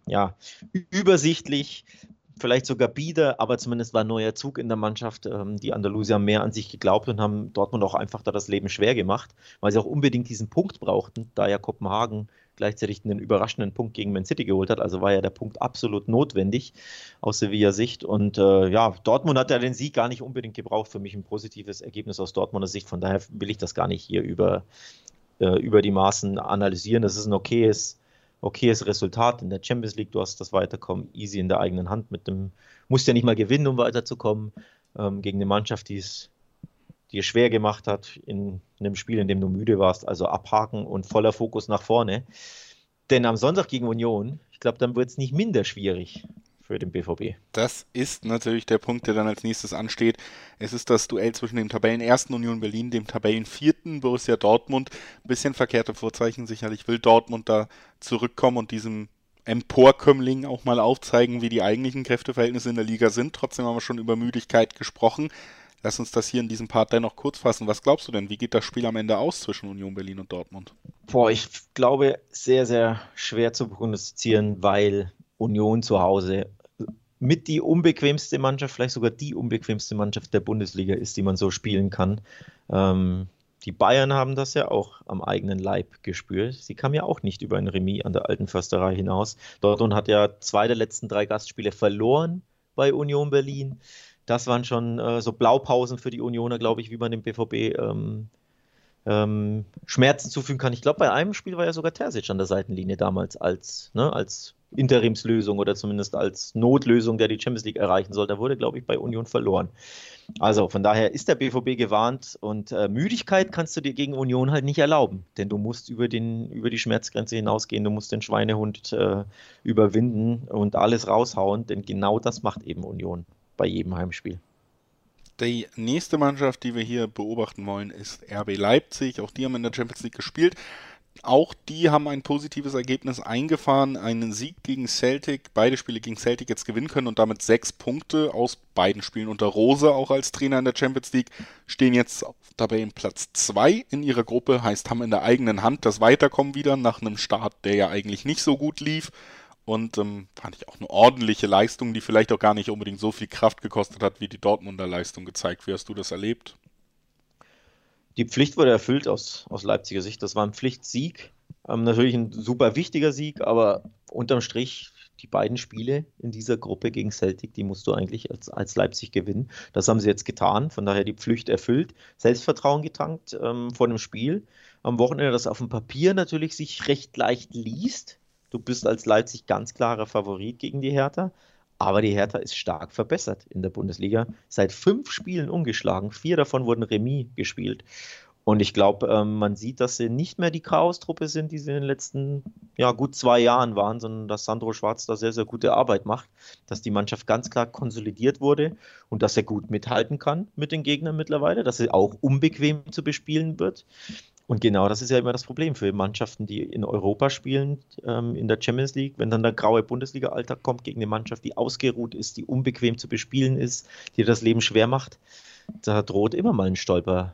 übersichtlich. Vielleicht sogar bieder, aber zumindest war ein neuer Zug in der Mannschaft. Die Andalusier haben mehr an sich geglaubt und haben Dortmund auch einfach da das Leben schwer gemacht, weil sie auch unbedingt diesen Punkt brauchten, da ja Kopenhagen gleichzeitig einen überraschenden Punkt gegen Man City geholt hat. Also war ja der Punkt absolut notwendig aus Sevilla Sicht. Und Dortmund hat ja den Sieg gar nicht unbedingt gebraucht. Für mich ein positives Ergebnis aus Dortmunder Sicht. Von daher will ich das gar nicht hier über die Maßen analysieren. Das ist ein okayes Resultat in der Champions League. Du hast das Weiterkommen easy in der eigenen Hand. Musst ja nicht mal gewinnen, um weiterzukommen, gegen eine Mannschaft, die es dir schwer gemacht hat in einem Spiel, in dem du müde warst. Also abhaken und voller Fokus nach vorne. Denn am Sonntag gegen Union, ich glaube, dann wird es nicht minder schwierig für den BVB. Das ist natürlich der Punkt, der dann als nächstes ansteht. Es ist das Duell zwischen dem Tabellenersten Union Berlin, dem Tabellenvierten Borussia Dortmund. Ein bisschen verkehrte Vorzeichen sicherlich. Will Dortmund da zurückkommen und diesem Emporkömmling auch mal aufzeigen, wie die eigentlichen Kräfteverhältnisse in der Liga sind. Trotzdem haben wir schon über Müdigkeit gesprochen. Lass uns das hier in diesem Part dennoch kurz fassen. Was glaubst du denn? Wie geht das Spiel am Ende aus zwischen Union Berlin und Dortmund? Ich glaube, sehr, sehr schwer zu prognostizieren, weil Union zu Hause mit die unbequemste Mannschaft, vielleicht sogar die unbequemste Mannschaft der Bundesliga ist, die man so spielen kann. Die Bayern haben das ja auch am eigenen Leib gespürt. Sie kamen ja auch nicht über ein Remis an der Alten Försterei hinaus. Dortmund hat ja 2 der letzten 3 Gastspiele verloren bei Union Berlin. Das waren schon so Blaupausen für die Unioner, glaube ich, wie man dem BVB Schmerzen zufügen kann. Ich glaube, bei einem Spiel war ja sogar Terzic an der Seitenlinie damals als Interimslösung oder zumindest als Notlösung, der die Champions League erreichen soll. Da wurde, glaube ich, bei Union verloren. Also von daher ist der BVB gewarnt und Müdigkeit kannst du dir gegen Union halt nicht erlauben, denn du musst über die Schmerzgrenze hinausgehen, du musst den Schweinehund überwinden und alles raushauen, denn genau das macht eben Union bei jedem Heimspiel. Die nächste Mannschaft, die wir hier beobachten wollen, ist RB Leipzig. Auch die haben in der Champions League gespielt. Auch die haben ein positives Ergebnis eingefahren, einen Sieg gegen Celtic, beide Spiele gegen Celtic jetzt gewinnen können und damit 6 Punkte aus beiden Spielen unter Rose, auch als Trainer in der Champions League, stehen jetzt dabei in Platz 2 in ihrer Gruppe, heißt, haben in der eigenen Hand das Weiterkommen wieder nach einem Start, der ja eigentlich nicht so gut lief. Und fand ich auch eine ordentliche Leistung, die vielleicht auch gar nicht unbedingt so viel Kraft gekostet hat, wie die Dortmunder Leistung gezeigt. Wie hast du das erlebt? Die Pflicht wurde erfüllt aus Leipziger Sicht. Das war ein Pflichtsieg. Natürlich ein super wichtiger Sieg, aber unterm Strich die beiden Spiele in dieser Gruppe gegen Celtic, die musst du eigentlich als Leipzig gewinnen. Das haben sie jetzt getan, von daher die Pflicht erfüllt. Selbstvertrauen getankt vor dem Spiel. Am Wochenende, das auf dem Papier natürlich sich recht leicht liest. Du bist als Leipzig ganz klarer Favorit gegen die Hertha, aber die Hertha ist stark verbessert in der Bundesliga. Seit 5 Spielen ungeschlagen, 4 davon wurden Remis gespielt. Und ich glaube, man sieht, dass sie nicht mehr die Chaos-Truppe sind, die sie in den letzten gut 2 Jahren waren, sondern dass Sandro Schwarz da sehr, sehr gute Arbeit macht, dass die Mannschaft ganz klar konsolidiert wurde und dass er gut mithalten kann mit den Gegnern mittlerweile, dass sie auch unbequem zu bespielen wird. Und genau das ist ja immer das Problem für Mannschaften, die in Europa spielen, in der Champions League, wenn dann der graue Bundesliga-Alltag kommt gegen eine Mannschaft, die ausgeruht ist, die unbequem zu bespielen ist, die das Leben schwer macht, da droht immer mal ein Stolperer,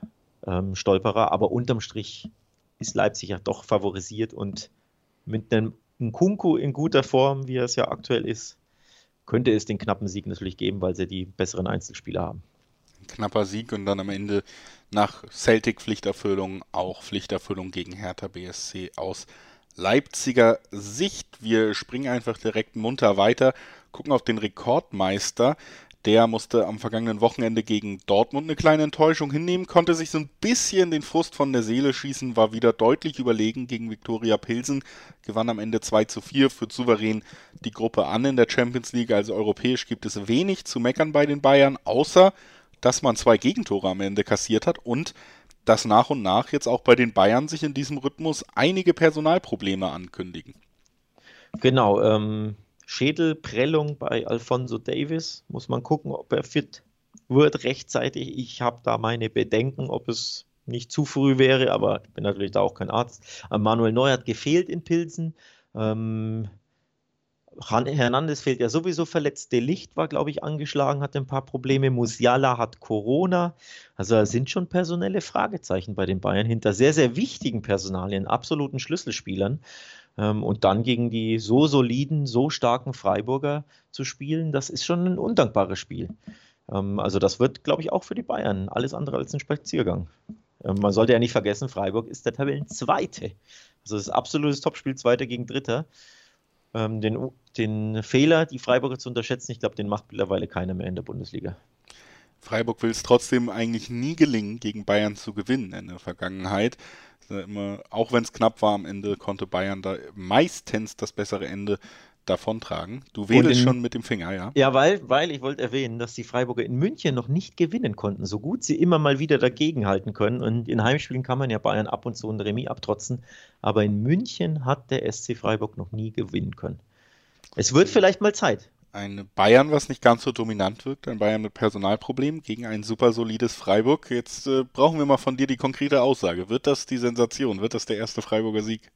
aber unterm Strich ist Leipzig ja doch favorisiert und mit einem Nkunku in guter Form, wie er es ja aktuell ist, könnte es den knappen Sieg natürlich geben, weil sie die besseren Einzelspieler haben. Knapper Sieg und dann am Ende nach Celtic Pflichterfüllung auch Pflichterfüllung gegen Hertha BSC aus Leipziger Sicht. Wir springen einfach direkt munter weiter, gucken auf den Rekordmeister. Der musste am vergangenen Wochenende gegen Dortmund eine kleine Enttäuschung hinnehmen, konnte sich so ein bisschen den Frust von der Seele schießen, war wieder deutlich überlegen gegen Viktoria Pilsen, gewann am Ende 2:4, führt souverän die Gruppe an in der Champions League. Also europäisch gibt es wenig zu meckern bei den Bayern, außer dass man 2 Gegentore am Ende kassiert hat und dass nach und nach jetzt auch bei den Bayern sich in diesem Rhythmus einige Personalprobleme ankündigen. Genau, Schädelprellung bei Alphonso Davies, muss man gucken, ob er fit wird rechtzeitig. Ich habe da meine Bedenken, ob es nicht zu früh wäre, aber ich bin natürlich da auch kein Arzt. Manuel Neuer hat gefehlt in Pilsen. Hernandez fehlt ja sowieso verletzt. De Ligt war, glaube ich, angeschlagen, hatte ein paar Probleme. Musiala hat Corona. Also da sind schon personelle Fragezeichen bei den Bayern hinter sehr, sehr wichtigen Personalien, absoluten Schlüsselspielern. Und dann gegen die so soliden, so starken Freiburger zu spielen, das ist schon ein undankbares Spiel. Also das wird, glaube ich, auch für die Bayern alles andere als ein Spaziergang. Man sollte ja nicht vergessen, Freiburg ist der Tabellenzweite. Also das ist absolutes Topspiel, Zweiter gegen Dritter. Den Fehler, die Freiburger zu unterschätzen, ich glaube, den macht mittlerweile keiner mehr in der Bundesliga. Freiburg will es trotzdem eigentlich nie gelingen, gegen Bayern zu gewinnen in der Vergangenheit. Auch wenn es knapp war am Ende, konnte Bayern da meistens das bessere Ende davontragen. Du wedelst schon mit dem Finger, ja? Ja, weil ich wollte erwähnen, dass die Freiburger in München noch nicht gewinnen konnten, so gut sie immer mal wieder dagegenhalten können. Und in Heimspielen kann man ja Bayern ab und zu ein Remis abtrotzen. Aber in München hat der SC Freiburg noch nie gewinnen können. Es wird vielleicht mal Zeit. Ein Bayern, was nicht ganz so dominant wirkt, ein Bayern mit Personalproblemen gegen ein super solides Freiburg. Jetzt brauchen wir mal von dir die konkrete Aussage. Wird das die Sensation? Wird das der erste Freiburger Sieg?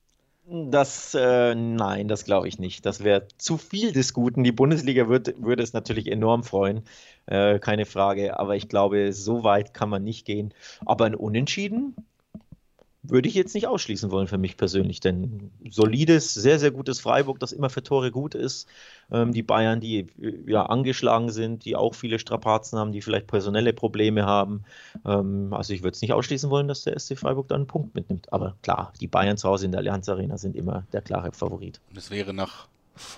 Nein, das glaube ich nicht. Das wäre zu viel des Guten. Die Bundesliga würde es natürlich enorm freuen, keine Frage. Aber ich glaube, so weit kann man nicht gehen. Aber ein Unentschieden würde ich jetzt nicht ausschließen wollen für mich persönlich, denn solides, sehr, sehr gutes Freiburg, das immer für Tore gut ist. Die Bayern, die ja angeschlagen sind, die auch viele Strapazen haben, die vielleicht personelle Probleme haben. Also ich würde es nicht ausschließen wollen, dass der SC Freiburg da einen Punkt mitnimmt. Aber klar, die Bayern zu Hause in der Allianz Arena sind immer der klare Favorit. Und es wäre nach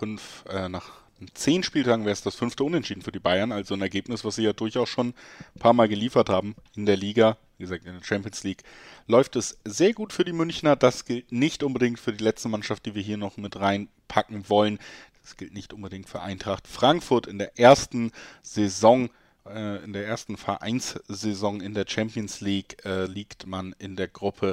10 Spieltagen wäre es das 5. Unentschieden für die Bayern, also ein Ergebnis, was sie ja durchaus schon ein paar Mal geliefert haben in der Liga, wie gesagt in der Champions League, läuft es sehr gut für die Münchner. Das gilt nicht unbedingt für die letzte Mannschaft, die wir hier noch mit reinpacken wollen. Das gilt nicht unbedingt für Eintracht Frankfurt. In der ersten Saison, in der ersten Vereinssaison in der Champions League liegt man in der Gruppe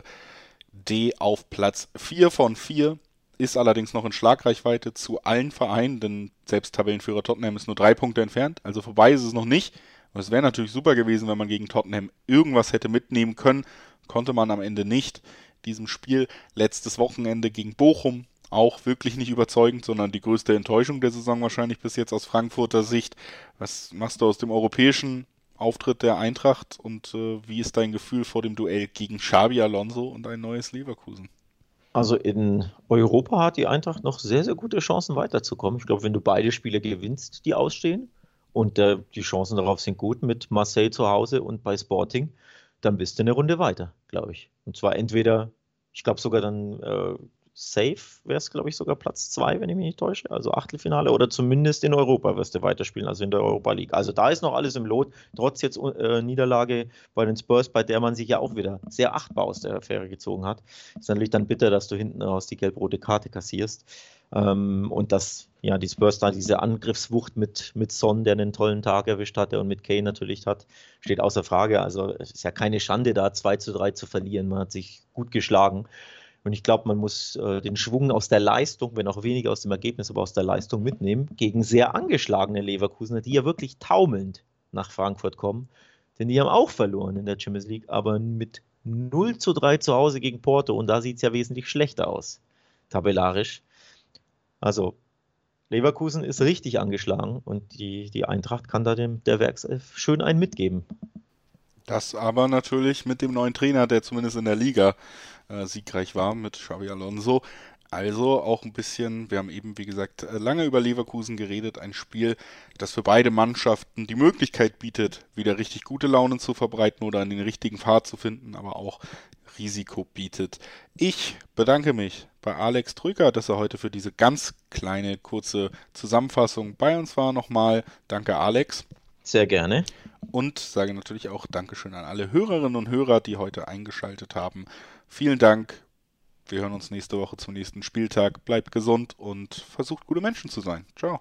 D auf Platz 4 von 4. Ist allerdings noch in Schlagreichweite zu allen Vereinen, denn selbst Tabellenführer Tottenham ist nur 3 Punkte entfernt, also vorbei ist es noch nicht. Und es wäre natürlich super gewesen, wenn man gegen Tottenham irgendwas hätte mitnehmen können, konnte man am Ende nicht. Diesem Spiel letztes Wochenende gegen Bochum auch wirklich nicht überzeugend, sondern die größte Enttäuschung der Saison wahrscheinlich bis jetzt aus Frankfurter Sicht. Was machst du aus dem europäischen Auftritt der Eintracht und wie ist dein Gefühl vor dem Duell gegen Xabi Alonso und ein neues Leverkusen? Also in Europa hat die Eintracht noch sehr, sehr gute Chancen weiterzukommen. Ich glaube, wenn du beide Spiele gewinnst, die ausstehen und die Chancen darauf sind gut mit Marseille zu Hause und bei Sporting, dann bist du eine Runde weiter, glaube ich. Und zwar entweder, ich glaube sogar dann safe wäre es, glaube ich, sogar Platz 2, wenn ich mich nicht täusche, also Achtelfinale oder zumindest in Europa wirst du weiterspielen, also in der Europa League. Also da ist noch alles im Lot, trotz jetzt Niederlage bei den Spurs, bei der man sich ja auch wieder sehr achtbar aus der Affäre gezogen hat. Ist natürlich dann bitter, dass du hinten raus die gelb-rote Karte kassierst und dass ja die Spurs da diese Angriffswucht mit Son, der einen tollen Tag erwischt hatte und mit Kane natürlich hat, steht außer Frage. Also es ist ja keine Schande, da 2-3 zu verlieren, man hat sich gut geschlagen. Und ich glaube, man muss den Schwung aus der Leistung, wenn auch weniger aus dem Ergebnis, aber aus der Leistung mitnehmen, gegen sehr angeschlagene Leverkusener, die ja wirklich taumelnd nach Frankfurt kommen. Denn die haben auch verloren in der Champions League, aber mit 0-3 zu Hause gegen Porto. Und da sieht es ja wesentlich schlechter aus, tabellarisch. Also Leverkusen ist richtig angeschlagen und die Eintracht kann da der Werkself schön einen mitgeben. Das aber natürlich mit dem neuen Trainer, der zumindest in der Liga siegreich war, mit Xabi Alonso. Also auch ein bisschen, wir haben eben, wie gesagt, lange über Leverkusen geredet, ein Spiel, das für beide Mannschaften die Möglichkeit bietet, wieder richtig gute Launen zu verbreiten oder an den richtigen Pfad zu finden, aber auch Risiko bietet. Ich bedanke mich bei Alex Trücker, dass er heute für diese ganz kleine, kurze Zusammenfassung bei uns war. Nochmal danke, Alex. Sehr gerne. Und sage natürlich auch Dankeschön an alle Hörerinnen und Hörer, die heute eingeschaltet haben. Vielen Dank. Wir hören uns nächste Woche zum nächsten Spieltag. Bleibt gesund und versucht, gute Menschen zu sein. Ciao.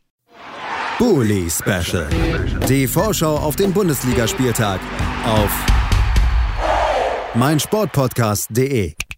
Bully Special. Die Vorschau auf den Bundesligaspieltag auf meinsportpodcast.de.